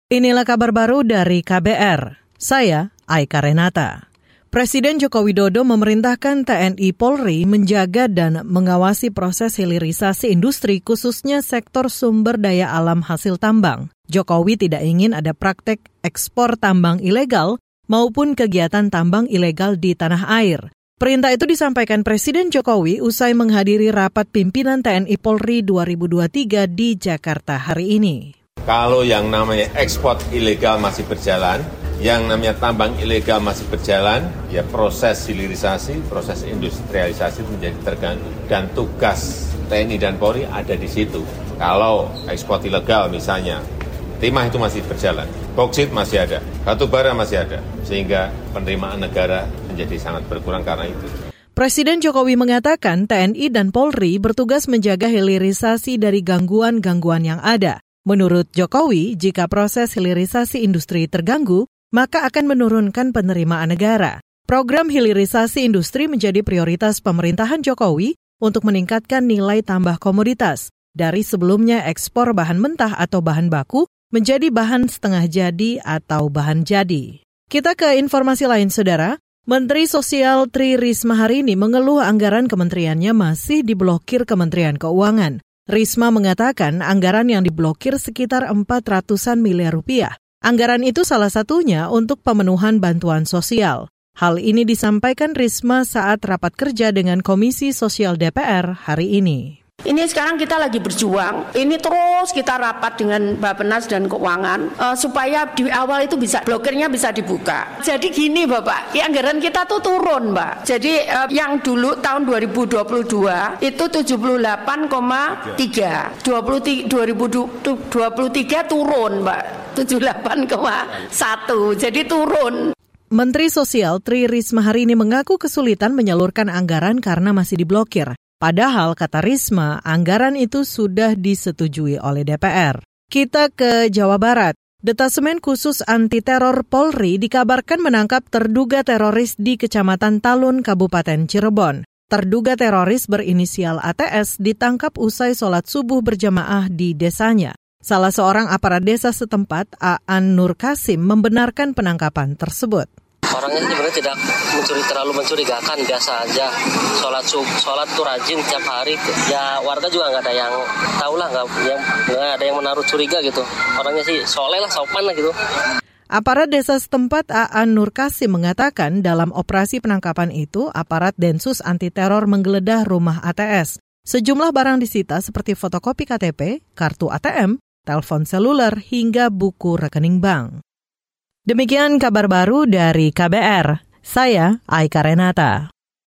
Inilah kabar baru dari KBR. Saya Aika Renata. Presiden Joko Widodo memerintahkan TNI Polri menjaga dan mengawasi proses hilirisasi industri khususnya sektor sumber daya alam hasil tambang. Jokowi tidak ingin ada praktek ekspor tambang ilegal maupun kegiatan tambang ilegal di tanah air. Perintah itu disampaikan Presiden Jokowi usai menghadiri rapat pimpinan TNI Polri 2023 di Jakarta hari ini. Kalau yang namanya ekspor ilegal masih berjalan, yang namanya tambang ilegal masih berjalan, ya proses hilirisasi, proses industrialisasi menjadi terganggu. Dan tugas TNI dan Polri ada di situ. Kalau ekspor ilegal misalnya, timah itu masih berjalan, boksit masih ada, batu bara masih ada, sehingga penerimaan negara menjadi sangat berkurang karena itu. Presiden Jokowi mengatakan TNI dan Polri bertugas menjaga hilirisasi dari gangguan-gangguan yang ada. Menurut Jokowi, jika proses hilirisasi industri terganggu, maka akan menurunkan penerimaan negara. Program hilirisasi industri menjadi prioritas pemerintahan Jokowi untuk meningkatkan nilai tambah komoditas. Dari sebelumnya ekspor bahan mentah atau bahan baku menjadi bahan setengah jadi atau bahan jadi. Kita ke informasi lain, Saudara. Menteri Sosial Tri Risma hari ini mengeluh anggaran kementeriannya masih diblokir Kementerian Keuangan. Risma mengatakan anggaran yang diblokir sekitar 400-an miliar rupiah. Anggaran itu salah satunya untuk pemenuhan bantuan sosial. Hal ini disampaikan Risma saat rapat kerja dengan Komisi Sosial DPR hari ini. Ini sekarang kita lagi berjuang, ini terus kita rapat dengan Bappenas dan Keuangan supaya di awal itu bisa blokirnya bisa dibuka. Jadi gini Bapak, anggaran kita tuh turun Mbak. Jadi yang dulu tahun 2022 itu 78,3, 2023 turun Mbak, 78,1, jadi turun. Menteri Sosial Tri Risma hari ini mengaku kesulitan menyalurkan anggaran karena masih diblokir. Padahal, kata Risma, anggaran itu sudah disetujui oleh DPR. Kita ke Jawa Barat. Detasemen Khusus Anti Teror Polri dikabarkan menangkap terduga teroris di Kecamatan Talun, Kabupaten Cirebon. Terduga teroris berinisial ATS ditangkap usai sholat subuh berjamaah di desanya. Salah seorang aparat desa setempat, Aan Nur Kasim, membenarkan penangkapan tersebut. Orangnya sebenarnya tidak terlalu mencurigakan, biasa aja. Sholat tuh rajin tiap hari. Ya warga juga nggak ada yang tahu lah, nggak ada yang menaruh curiga gitu. Orangnya sih soleh lah, sopan lah gitu. Aparat desa setempat Aan Nur Kasim mengatakan dalam operasi penangkapan itu, aparat Densus Anti Teror menggeledah rumah ATS. Sejumlah barang disita seperti fotokopi KTP, kartu ATM, telepon seluler, hingga buku rekening bank. Demikian kabar baru dari KBR. Saya Aika Renata.